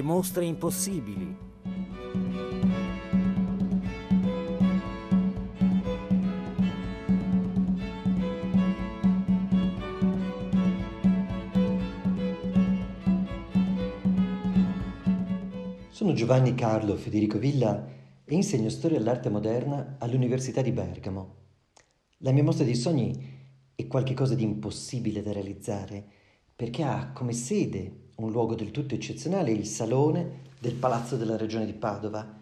le mostre impossibili. Sono Giovanni Carlo Federico Villa e insegno storia dell'arte moderna all'Università di Bergamo. La mia mostra dei sogni è qualcosa di impossibile da realizzare perché ha come sede un luogo del tutto eccezionale, il Salone del Palazzo della Regione di Padova,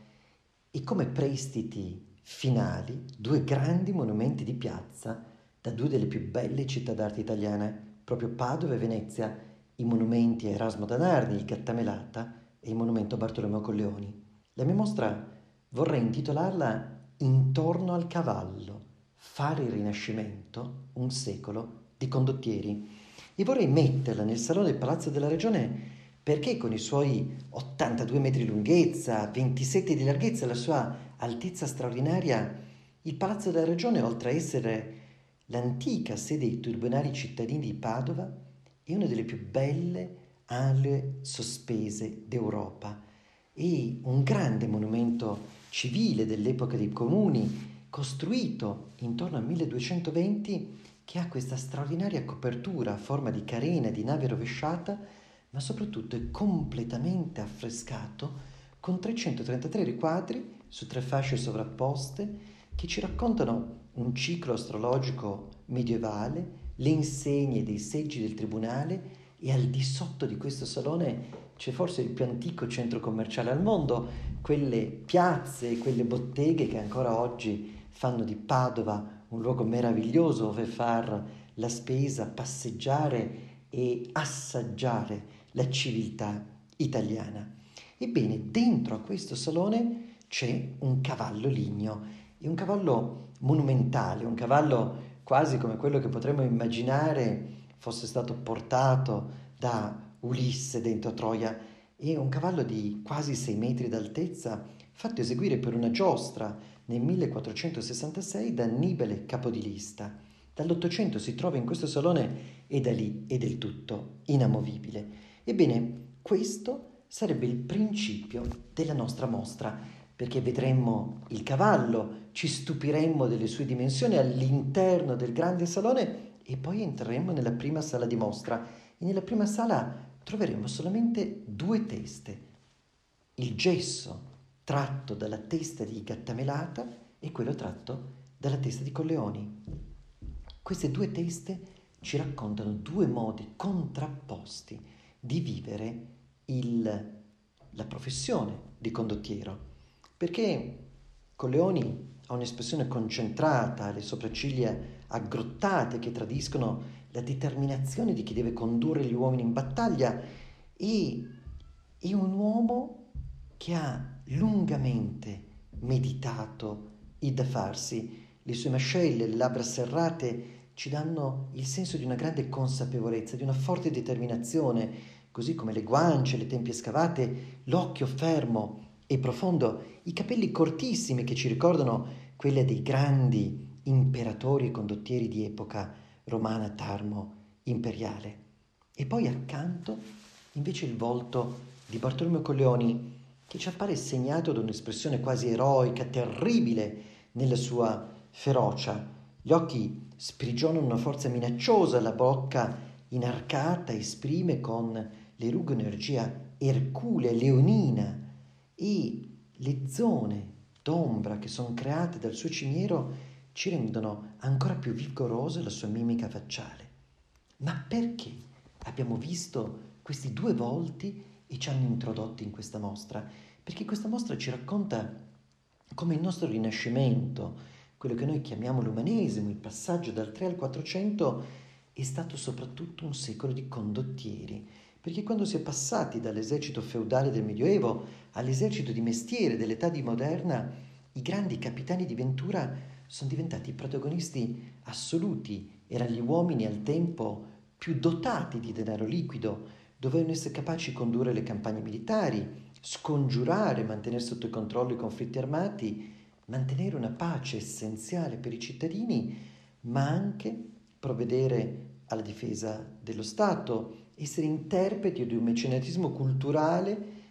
e come prestiti finali due grandi monumenti di piazza da due delle più belle città d'arte italiane, proprio Padova e Venezia, i monumenti a Erasmo da Narni, il Gattamelata e il monumento a Bartolomeo Colleoni. La mia mostra vorrei intitolarla Intorno al cavallo, fare il Rinascimento, un secolo di condottieri, e vorrei metterla nel Salone del Palazzo della Regione perché con i suoi 82 metri di lunghezza, 27 di larghezza e la sua altezza straordinaria, il Palazzo della Regione, oltre a essere l'antica sede dei tribunali cittadini di Padova, è una delle più belle ale sospese d'Europa e un grande monumento civile dell'epoca dei comuni, costruito intorno al 1220, che ha questa straordinaria copertura a forma di carena di nave rovesciata, ma soprattutto è completamente affrescato con 333 riquadri su 3 fasce sovrapposte che ci raccontano un ciclo astrologico medievale, le insegne dei seggi del tribunale, e al di sotto di questo salone c'è forse il più antico centro commerciale al mondo, quelle piazze e quelle botteghe che ancora oggi fanno di Padova un luogo meraviglioso dove far la spesa, passeggiare e assaggiare la civiltà italiana. Ebbene, dentro a questo salone c'è un cavallo ligneo, è un cavallo monumentale, un cavallo quasi come quello che potremmo immaginare fosse stato portato da Ulisse dentro Troia. È un cavallo di quasi 6 metri d'altezza, fatto eseguire per una giostra nel 1466 da Annibale Capodilista. Dall'800 si trova in questo salone e da lì è del tutto inamovibile. Ebbene, questo sarebbe il principio della nostra mostra, perché vedremmo il cavallo, ci stupiremmo delle sue dimensioni all'interno del grande salone e poi entreremo nella prima sala di mostra e nella prima sala troveremo solamente 2 teste, il gesso tratto dalla testa di Gattamelata e quello tratto dalla testa di Colleoni. Queste 2 teste ci raccontano 2 modi contrapposti di vivere la professione di condottiero, perché Colleoni ha un'espressione concentrata, le sopracciglia aggrottate che tradiscono la determinazione di chi deve condurre gli uomini in battaglia, e è un uomo che ha lungamente meditato il da farsi. Le sue mascelle, le labbra serrate ci danno il senso di una grande consapevolezza, di una forte determinazione, così come le guance, le tempie scavate, l'occhio fermo e profondo, i capelli cortissimi che ci ricordano quelle dei grandi imperatori e condottieri di epoca romana, Tarmo, imperiale. E poi accanto invece il volto di Bartolomeo Colleoni, che ci appare segnato da un'espressione quasi eroica, terribile nella sua ferocia. Gli occhi sprigionano una forza minacciosa, la bocca inarcata esprime con le rughe un'energia erculea, leonina, e le zone d'ombra che sono create dal suo cimiero ci rendono ancora più vigorosa la sua mimica facciale. Ma perché abbiamo visto questi 2 volti e ci hanno introdotti in questa mostra? Perché questa mostra ci racconta come il nostro rinascimento, quello che noi chiamiamo l'umanesimo, il passaggio dal 3 al 400, è stato soprattutto un secolo di condottieri, perché quando si è passati dall'esercito feudale del Medioevo all'esercito di mestiere dell'età di moderna, i grandi capitani di ventura sono diventati protagonisti assoluti, erano gli uomini al tempo più dotati di denaro liquido, dovevano essere capaci di condurre le campagne militari, scongiurare, mantenere sotto controllo i conflitti armati, mantenere una pace essenziale per i cittadini, ma anche provvedere alla difesa dello Stato, essere interpreti di un mecenatismo culturale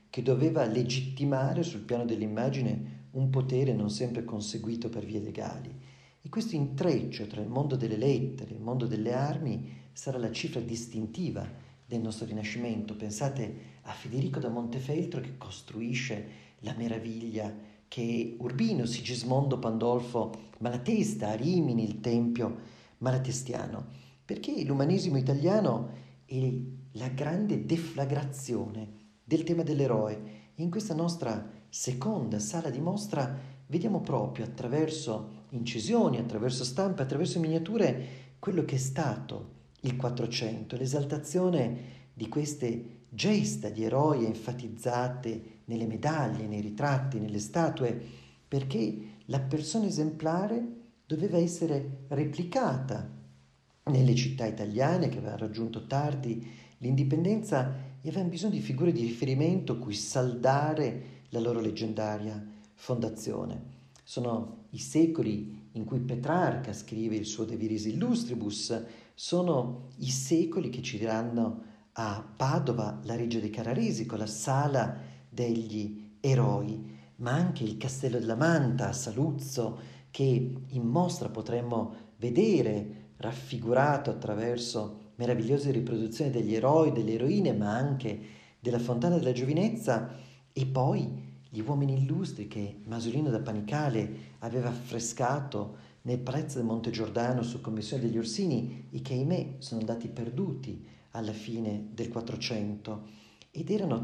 che doveva legittimare sul piano dell'immagine un potere non sempre conseguito per vie legali. E questo intreccio tra il mondo delle lettere e il mondo delle armi sarà la cifra distintiva del nostro Rinascimento. Pensate a Federico da Montefeltro che costruisce la meraviglia che Urbino, Sigismondo, Pandolfo, Malatesta, a Rimini, il Tempio malatestiano, perché l'umanesimo italiano è la grande deflagrazione del tema dell'eroe. E in questa nostra seconda sala di mostra vediamo proprio attraverso incisioni, attraverso stampe, attraverso miniature, quello che è stato il Quattrocento, l'esaltazione di queste gesta di eroi enfatizzate nelle medaglie, nei ritratti, nelle statue, perché la persona esemplare doveva essere replicata nelle città italiane che avevano raggiunto tardi l'indipendenza e avevano bisogno di figure di riferimento cui saldare la loro leggendaria fondazione. Sono i secoli in cui Petrarca scrive il suo De Viris Illustribus, sono i secoli che ci diranno a Padova la Reggia dei Carraresi con la sala degli eroi, ma anche il Castello della Manta a Saluzzo, che in mostra potremmo vedere raffigurato attraverso meravigliose riproduzioni degli eroi, delle eroine, ma anche della Fontana della Giovinezza, e poi gli uomini illustri che Masolino da Panicale aveva affrescato nel Palazzo del Monte Giordano su commissione degli Orsini e che ahimè sono andati perduti alla fine del Quattrocento, ed erano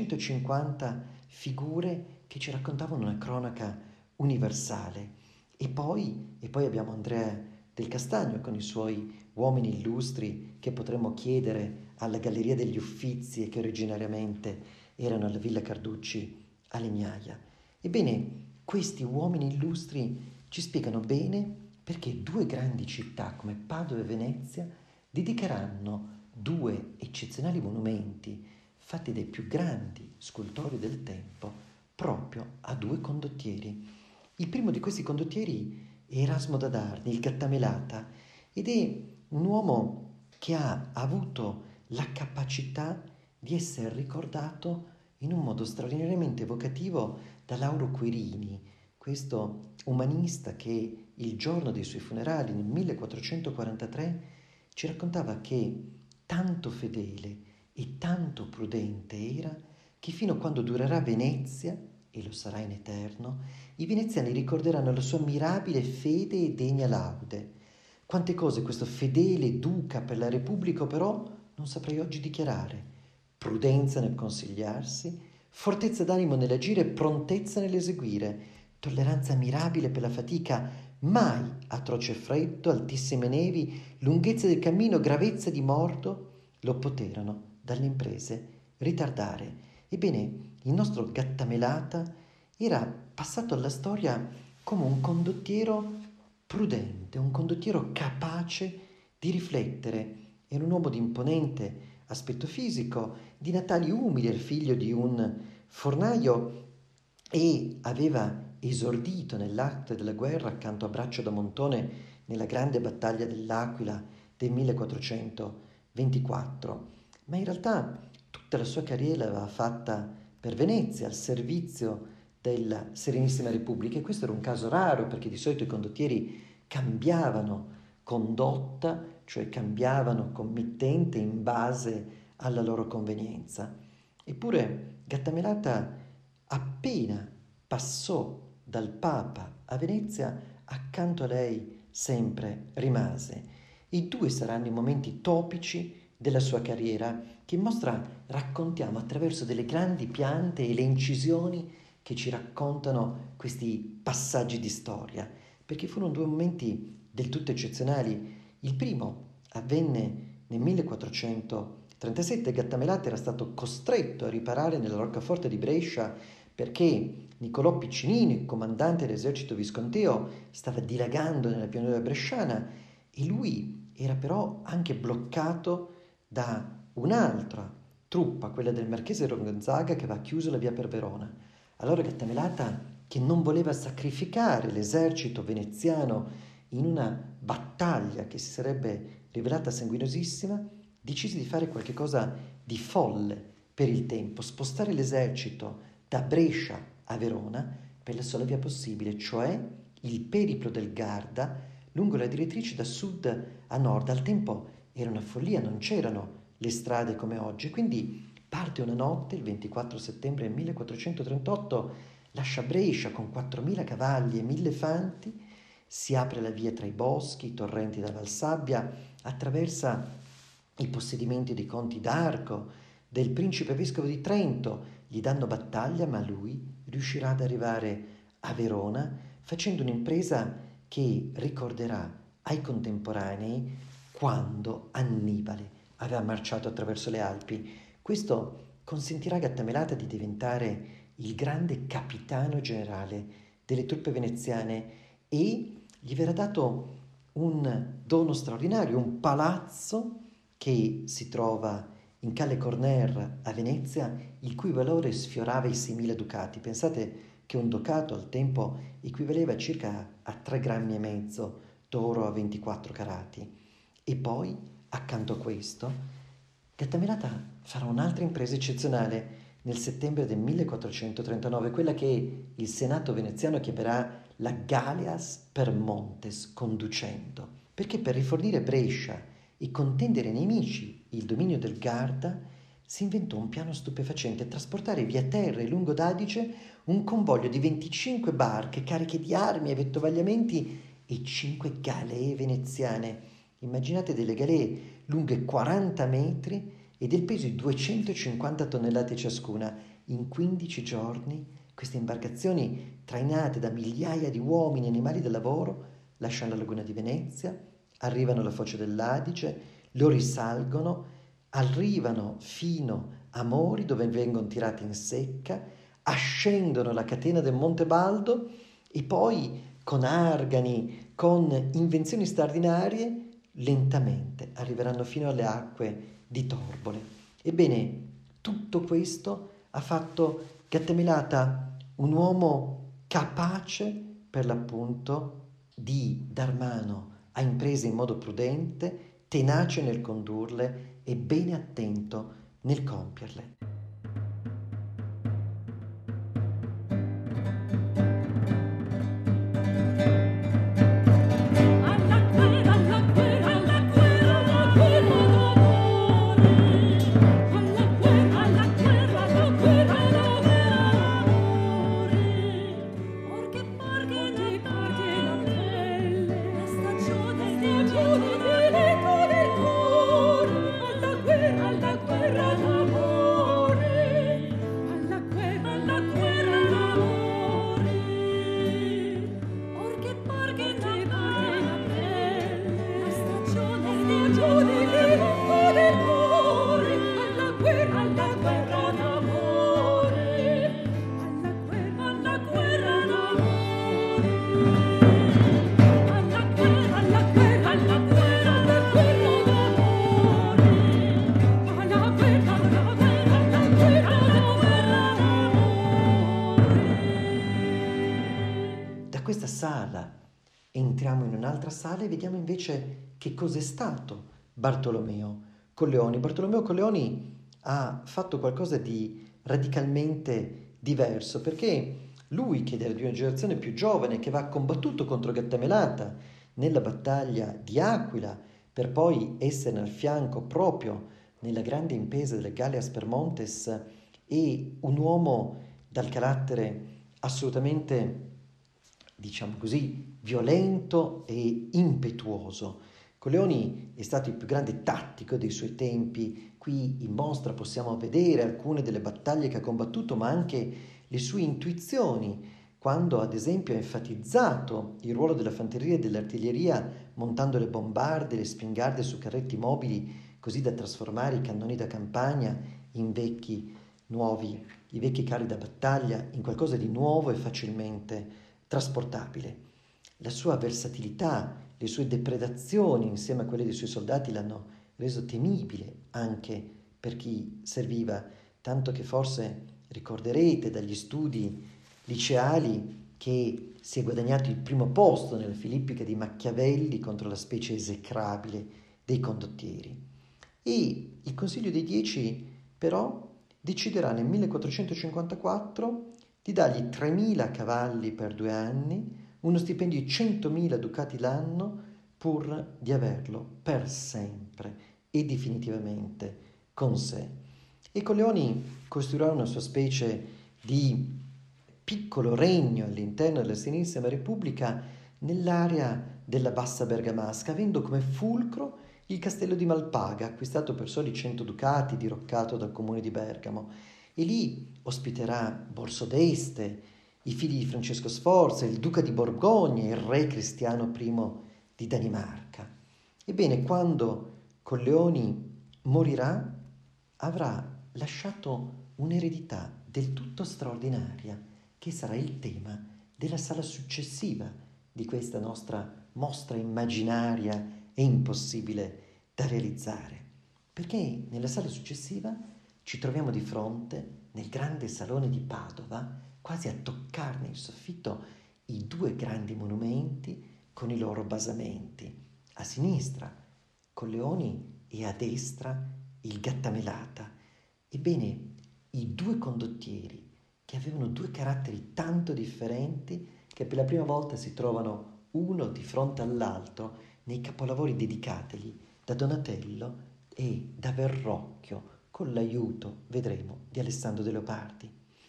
350 figure che ci raccontavano una cronaca universale. E poi abbiamo Andrea del Castagno con i suoi uomini illustri che potremmo chiedere alla Galleria degli Uffizi e che originariamente erano alla Villa Carducci a Legnaia. Ebbene, questi uomini illustri ci spiegano bene perché due grandi città come Padova e Venezia dedicheranno due eccezionali monumenti fatti dai più grandi scultori del tempo proprio a due condottieri. Il primo di questi condottieri è Erasmo da Darni, il Gattamelata, ed è un uomo che ha avuto la capacità di essere ricordato in un modo straordinariamente evocativo da Lauro Quirini, questo umanista che il giorno dei suoi funerali nel 1443 ci raccontava che tanto fedele e tanto prudente era che fino a quando durerà Venezia, e lo sarà in eterno, i veneziani ricorderanno la sua mirabile fede e degna laude. Quante cose questo fedele duca per la Repubblica però non saprei oggi dichiarare. Prudenza nel consigliarsi, fortezza d'animo nell'agire, prontezza nell'eseguire, tolleranza mirabile per la fatica, mai atroce freddo, altissime nevi, lunghezza del cammino, gravezza di morto, lo poterono dalle imprese ritardare. Ebbene, il nostro Gattamelata era passato alla storia come un condottiero prudente, un condottiero capace di riflettere. Era un uomo di imponente aspetto fisico, di natali umili, il figlio di un fornaio, e aveva esordito nell'arte della guerra accanto a Braccio da Montone nella grande battaglia dell'Aquila del 1424. Ma in realtà tutta la sua carriera l'aveva fatta per Venezia, al servizio della Serenissima Repubblica, e questo era un caso raro perché di solito i condottieri cambiavano condotta, cioè cambiavano committente in base alla loro convenienza. Eppure Gattamelata appena passò dal Papa a Venezia, accanto a lei sempre rimase. I due saranno i momenti topici della sua carriera che in mostra raccontiamo attraverso delle grandi piante e le incisioni che ci raccontano questi passaggi di storia, perché furono due momenti del tutto eccezionali. Il primo avvenne nel 1437, Gattamelata era stato costretto a riparare nella roccaforte di Brescia perché Niccolò Piccinino, il comandante dell'esercito visconteo, stava dilagando nella pianura bresciana e lui era però anche bloccato da un'altra truppa, quella del marchese Gonzaga, che aveva chiuso la via per Verona. Allora Gattamelata, che non voleva sacrificare l'esercito veneziano in una battaglia che si sarebbe rivelata sanguinosissima, decise di fare qualcosa di folle per il tempo, spostare l'esercito da Brescia a Verona per la sola via possibile, cioè il periplo del Garda lungo la direttrice da sud a nord. Al tempo era una follia, non c'erano le strade come oggi, quindi parte una notte, il 24 settembre del 1438, lascia Brescia con 4.000 cavalli e 1.000 fanti, si apre la via tra i boschi, i torrenti da Valsabbia, attraversa i possedimenti dei conti d'Arco, del principe vescovo di Trento, gli danno battaglia, ma lui riuscirà ad arrivare a Verona facendo un'impresa che ricorderà ai contemporanei quando Annibale aveva marciato attraverso le Alpi. Questo consentirà a Gattamelata di diventare il grande capitano generale delle truppe veneziane e gli verrà dato un dono straordinario, un palazzo che si trova in Calle Corner a Venezia, il cui valore sfiorava i 6.000 ducati. Pensate che un ducato al tempo equivaleva circa a 3,5 grammi d'oro a 24 carati. E poi, accanto a questo, Gattamelata farà un'altra impresa eccezionale nel settembre del 1439, quella che il Senato veneziano chiamerà la Galeas per Montes conducendo, perché per rifornire Brescia e contendere ai nemici il dominio del Garda si inventò un piano stupefacente: trasportare via terra e lungo d'Adige un convoglio di 25 barche cariche di armi e vettovagliamenti e 5 galee veneziane. Immaginate delle galee lunghe 40 metri e del peso di 250 tonnellate ciascuna. In 15 giorni queste imbarcazioni, trainate da migliaia di uomini e animali da lavoro, lasciano la laguna di Venezia, arrivano alla foce dell'Adige, lo risalgono, arrivano fino a Mori dove vengono tirati in secca, ascendono la catena del Monte Baldo e poi con argani, con invenzioni straordinarie, lentamente arriveranno fino alle acque di Torbole. Ebbene, tutto questo ha fatto Gattamelata un uomo capace per l'appunto di dar mano a imprese in modo prudente, tenace nel condurle e bene attento nel compierle. Questa sala entriamo in un'altra sala e vediamo invece che cos'è stato Bartolomeo Colleoni. Bartolomeo Colleoni ha fatto qualcosa di radicalmente diverso, perché lui, che era di una generazione più giovane, che va combattuto contro Gattamelata nella battaglia di Aquila, per poi essere al fianco proprio nella grande impresa delle Galleas per Montes, e un uomo dal carattere assolutamente, diciamo così, violento e impetuoso. Colleoni è stato il più grande tattico dei suoi tempi. Qui in mostra possiamo vedere alcune delle battaglie che ha combattuto, ma anche le sue intuizioni, quando ad esempio ha enfatizzato il ruolo della fanteria e dell'artiglieria montando le bombarde, le spingarde su carretti mobili, così da trasformare i cannoni da campagna in i vecchi carri da battaglia in qualcosa di nuovo e facilmente trasportabile. La sua versatilità, le sue depredazioni insieme a quelle dei suoi soldati l'hanno reso temibile anche per chi serviva, tanto che forse ricorderete dagli studi liceali che si è guadagnato il primo posto nella Filippica di Machiavelli contro la specie esecrabile dei condottieri. E il Consiglio dei 10 però deciderà nel 1454 di dargli 3.000 cavalli per 2 anni, uno stipendio di 100.000 ducati l'anno, pur di averlo per sempre e definitivamente con sé. E Colleoni costruirà una sua specie di piccolo regno all'interno della Serenissima Repubblica nell'area della Bassa Bergamasca, avendo come fulcro il castello di Malpaga, acquistato per soli 100 ducati, diroccato dal comune di Bergamo. E lì ospiterà Borso d'Este, i figli di Francesco Sforza, il duca di Borgogna, il re Cristiano I di Danimarca. Ebbene, quando Colleoni morirà, avrà lasciato un'eredità del tutto straordinaria, che sarà il tema della sala successiva di questa nostra mostra immaginaria e impossibile da realizzare. Perché nella sala successiva ci troviamo di fronte, nel grande salone di Padova, quasi a toccarne il soffitto, i 2 grandi monumenti con i loro basamenti. A sinistra Colleoni e a destra il Gattamelata. Ebbene, i 2 condottieri, che avevano 2 caratteri tanto differenti che per la prima volta si trovano uno di fronte all'altro nei capolavori dedicatigli da Donatello e da Verrocchio, con l'aiuto, vedremo, di Alessandro De Leopardi.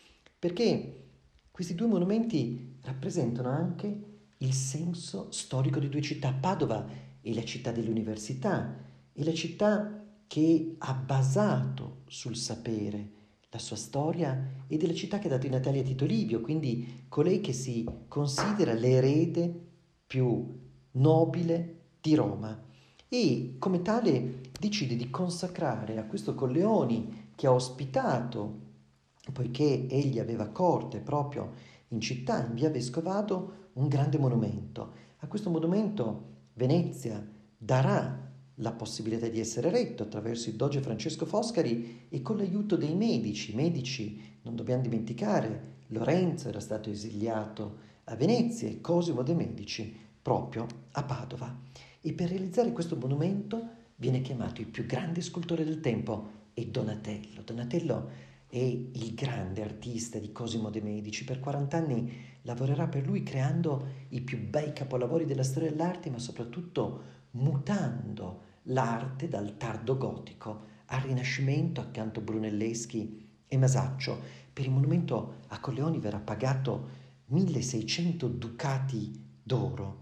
Perché questi 2 monumenti rappresentano anche il senso storico di 2 città. Padova è la città dell'università, è la città che ha basato sul sapere la sua storia, ed è la città che ha dato i natali a Tito Livio, quindi colei che si considera l'erede più nobile di Roma, e come tale decide di consacrare a questo Colleoni, che ha ospitato, poiché egli aveva corte proprio in città, in via Vescovado, un grande monumento. A questo monumento Venezia darà la possibilità di essere eretto attraverso il doge Francesco Foscari e con l'aiuto dei medici, non dobbiamo dimenticare, Lorenzo era stato esiliato a Venezia e Cosimo de' Medici proprio a Padova. E per realizzare questo monumento viene chiamato il più grande scultore del tempo, è Donatello. Donatello è il grande artista di Cosimo de' Medici. Per 40 anni lavorerà per lui creando i più bei capolavori della storia dell'arte, ma soprattutto mutando l'arte dal tardo gotico al Rinascimento accanto a Brunelleschi e Masaccio. Per il monumento a Colleoni verrà pagato 1.600 ducati d'oro,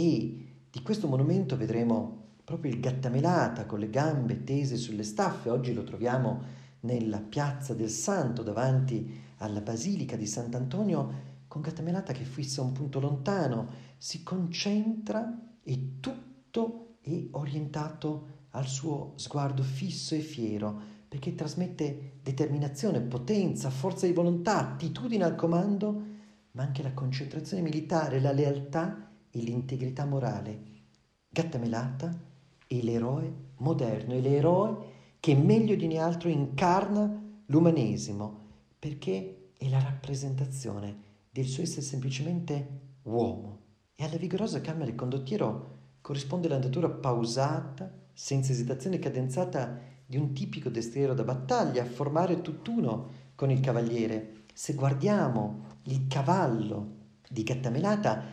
e di questo monumento vedremo proprio il Gattamelata con le gambe tese sulle staffe. Oggi lo troviamo nella piazza del Santo davanti alla Basilica di Sant'Antonio, con Gattamelata che fissa un punto lontano, si concentra e tutto è orientato al suo sguardo fisso e fiero, perché trasmette determinazione, potenza, forza di volontà, attitudine al comando, ma anche la concentrazione militare, la lealtà e l'integrità morale. Gattamelata è l'eroe moderno, è l'eroe che meglio di ogni altro incarna l'umanesimo, perché è la rappresentazione del suo essere semplicemente uomo. E alla vigorosa calma del condottiero corrisponde l'andatura pausata, senza esitazione cadenzata di un tipico destriero da battaglia, a formare tutt'uno con il cavaliere. Se guardiamo il cavallo di Gattamelata,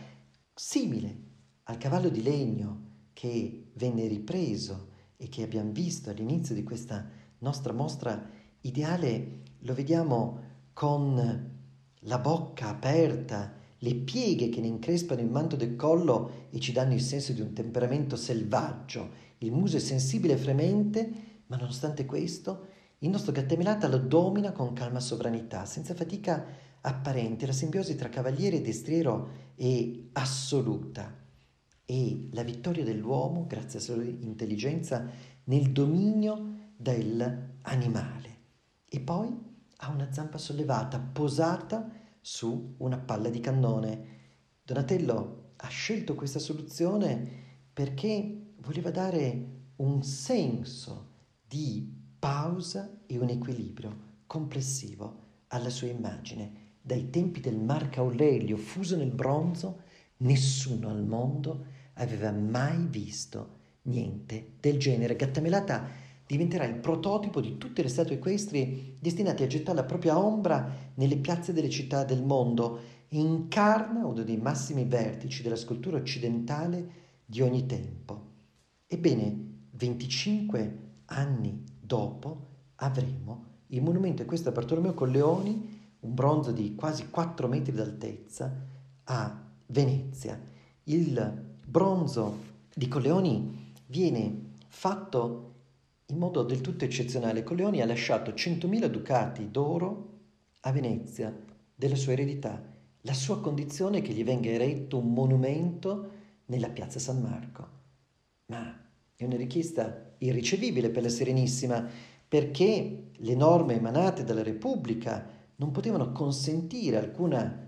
simile al cavallo di legno che venne ripreso e che abbiamo visto all'inizio di questa nostra mostra ideale, lo vediamo con la bocca aperta, le pieghe che ne increspano il manto del collo e ci danno il senso di un temperamento selvaggio. Il muso è sensibile e fremente, ma nonostante questo il nostro Gattamelata lo domina con calma sovranità, senza fatica apparente. La simbiosi tra cavaliere e destriero è assoluta, e la vittoria dell'uomo, grazie alla sua intelligenza, nel dominio dell'animale. E poi ha una zampa sollevata, posata su una palla di cannone. Donatello ha scelto questa soluzione perché voleva dare un senso di pausa e un equilibrio complessivo alla sua immagine. Dai tempi del Marco Aurelio fuso nel bronzo, nessuno al mondo aveva mai visto niente del genere. Gattamelata diventerà il prototipo di tutte le statue equestri destinate a gettare la propria ombra nelle piazze delle città del mondo e incarna uno dei massimi vertici della scultura occidentale di ogni tempo. Ebbene, 25 anni dopo avremo il monumento equestre a Bartolomeo Colleoni, un bronzo di quasi 4 metri d'altezza, a Venezia. Il bronzo di Colleoni viene fatto in modo del tutto eccezionale. Colleoni ha lasciato 100.000 ducati d'oro a Venezia della sua eredità. La sua condizione è che gli venga eretto un monumento nella piazza San Marco. Ma è una richiesta irricevibile per la Serenissima, perché le norme emanate dalla Repubblica non potevano consentire alcuna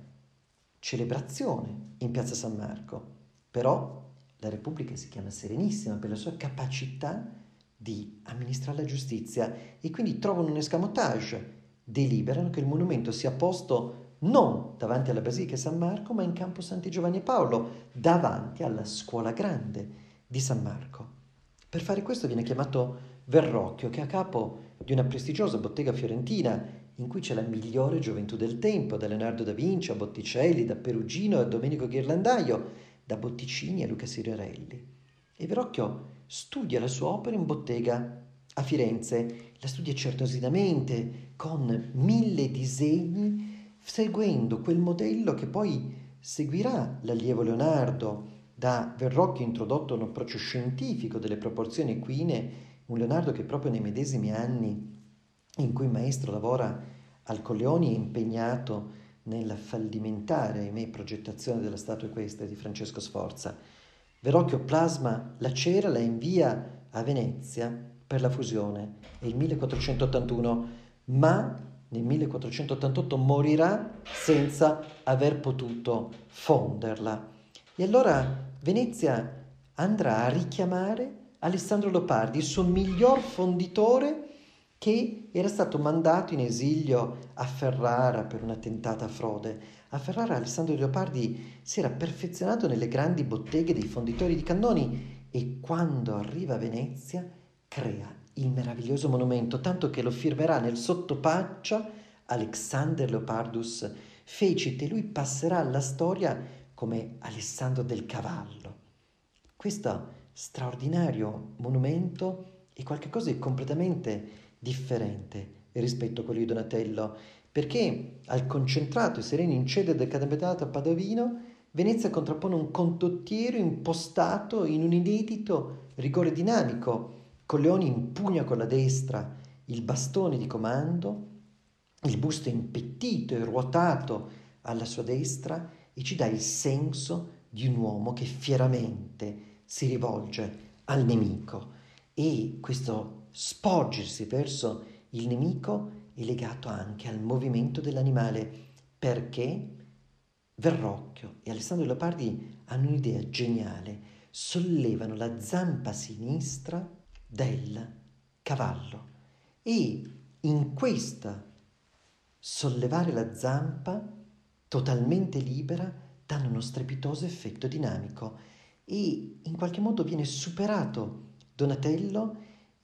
celebrazione in piazza San Marco. Però la Repubblica si chiama Serenissima per la sua capacità di amministrare la giustizia e quindi trovano un escamotage, deliberano che il monumento sia posto non davanti alla Basilica San Marco, ma in campo Santi Giovanni e Paolo, davanti alla Scuola Grande di San Marco. Per fare questo viene chiamato Verrocchio, che è a capo di una prestigiosa bottega fiorentina in cui c'è la migliore gioventù del tempo, da Leonardo da Vinci a Botticelli, da Perugino a Domenico Ghirlandaio, da Botticini a Luca Siriorelli. E Verrocchio studia la sua opera in bottega a Firenze, la studia certosamente con 1000 disegni, seguendo quel modello che poi seguirà l'allievo Leonardo. Da Verrocchio introdotto un approccio scientifico delle proporzioni equine, un Leonardo che proprio nei medesimi anni in cui il maestro lavora al Colleoni è impegnato nella fallimentare, ahimè, progettazione della statua equestre di Francesco Sforza. Verrocchio plasma la cera, la invia a Venezia per la fusione, è il 1481, ma nel 1488 morirà senza aver potuto fonderla. E allora Venezia andrà a richiamare Alessandro Leopardi, il suo miglior fonditore, che era stato mandato in esilio a Ferrara per una tentata frode. A Ferrara Alessandro Leopardi si era perfezionato nelle grandi botteghe dei fonditori di cannoni e quando arriva a Venezia crea il meraviglioso monumento, tanto che lo firmerà nel sottopaccia Alexander Leopardus Fecit e lui passerà alla storia come Alessandro del Cavallo. Questo straordinario monumento è qualcosa di completamente differente rispetto a quello di Donatello, perché al concentrato e sereno incedere del catedrale padovino, Venezia contrappone un condottiero impostato in un inedito rigore dinamico. Colleoni impugna con la destra il bastone di comando, il busto è impettito e ruotato alla sua destra e ci dà il senso di un uomo che fieramente si rivolge al nemico. E questo sporgersi verso il nemico è legato anche al movimento dell'animale, perché Verrocchio e Alessandro Leopardi hanno un'idea geniale, sollevano la zampa sinistra del cavallo e in questa sollevare la zampa totalmente libera danno uno strepitoso effetto dinamico e in qualche modo viene superato Donatello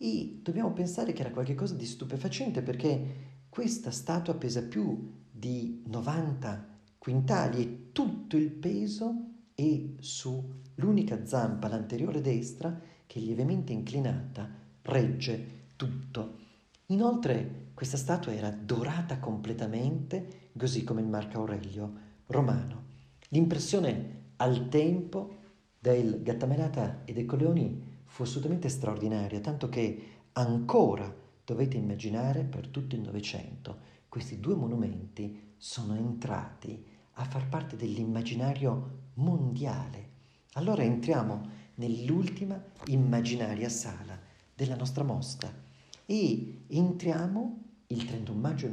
e dobbiamo pensare che era qualcosa di stupefacente perché questa statua pesa più di 90 quintali e tutto il peso è sull'unica zampa, l'anteriore destra, che lievemente inclinata regge tutto. Inoltre questa statua era dorata completamente, così come il Marco Aurelio romano. L'impressione al tempo del Gattamelata e dei Colleoni fu assolutamente straordinaria, tanto che ancora dovete immaginare per tutto il Novecento questi due monumenti sono entrati a far parte dell'immaginario mondiale. Allora entriamo nell'ultima immaginaria sala della nostra mostra e entriamo il 31 maggio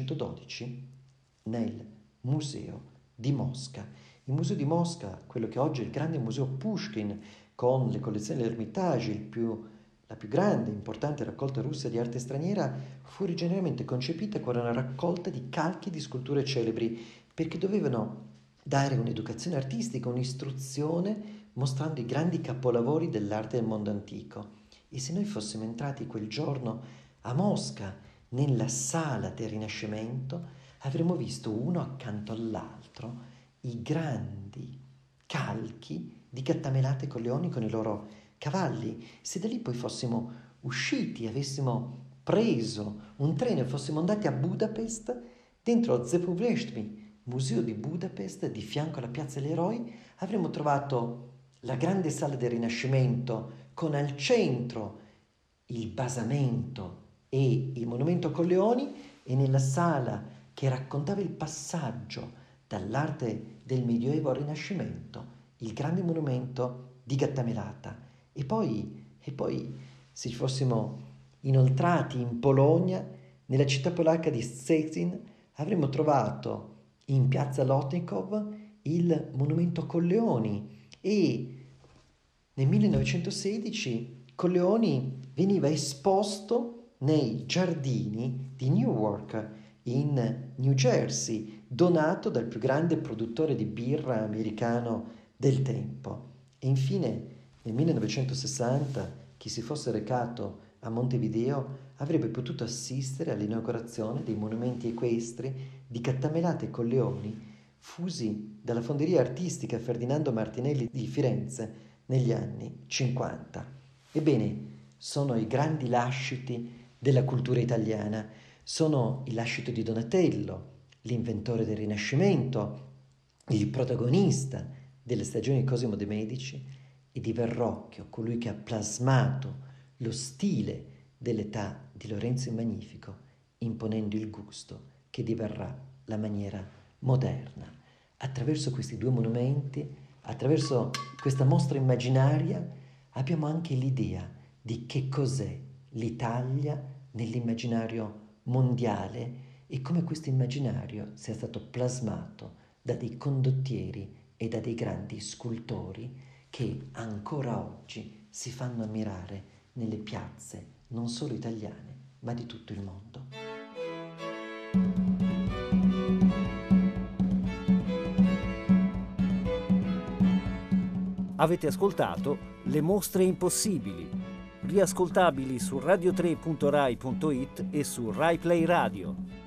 1912 nel Museo di Mosca. Il Museo di Mosca, quello che oggi è il grande museo Pushkin, con le collezioni dell'Ermitage, la più grande e importante raccolta russa di arte straniera, fu originariamente concepita come una raccolta di calchi di sculture celebri, perché dovevano dare un'educazione artistica, un'istruzione, mostrando i grandi capolavori dell'arte del mondo antico. E se noi fossimo entrati quel giorno a Mosca nella sala del Rinascimento, avremmo visto uno accanto all'altro i grandi calchi di Gattamelate con Leoni con i loro cavalli. Se da lì poi fossimo usciti, avessimo preso un treno e fossimo andati a Budapest, dentro Zepovestmi, museo di Budapest, di fianco alla Piazza degli Eroi, avremmo trovato la grande sala del Rinascimento con al centro il basamento e il monumento con Leoni, e nella sala che raccontava il passaggio dall'arte del Medioevo al Rinascimento il grande monumento di Gattamelata. E poi se fossimo inoltrati in Polonia, nella città polacca di Szczecin, avremmo trovato in piazza Lotnikov il monumento Colleoni, e nel 1916 Colleoni veniva esposto nei giardini di Newark in New Jersey, donato dal più grande produttore di birra americano del tempo. E infine nel 1960 chi si fosse recato a Montevideo avrebbe potuto assistere all'inaugurazione dei monumenti equestri di Gattamelate e Colleoni, fusi dalla fonderia artistica Ferdinando Martinelli di Firenze negli anni 50. Ebbene, sono i grandi lasciti della cultura italiana, sono il lascito di Donatello, l'inventore del Rinascimento, il protagonista delle stagioni di Cosimo de' Medici, e di Verrocchio, colui che ha plasmato lo stile dell'età di Lorenzo il Magnifico, imponendo il gusto che diverrà la maniera moderna. Attraverso questi due monumenti, attraverso questa mostra immaginaria, abbiamo anche l'idea di che cos'è l'Italia nell'immaginario mondiale e come questo immaginario sia stato plasmato da dei condottieri e da dei grandi scultori che ancora oggi si fanno ammirare nelle piazze non solo italiane, ma di tutto il mondo. Avete ascoltato Le Mostre Impossibili, riascoltabili su radio3.rai.it e su Rai Play Radio.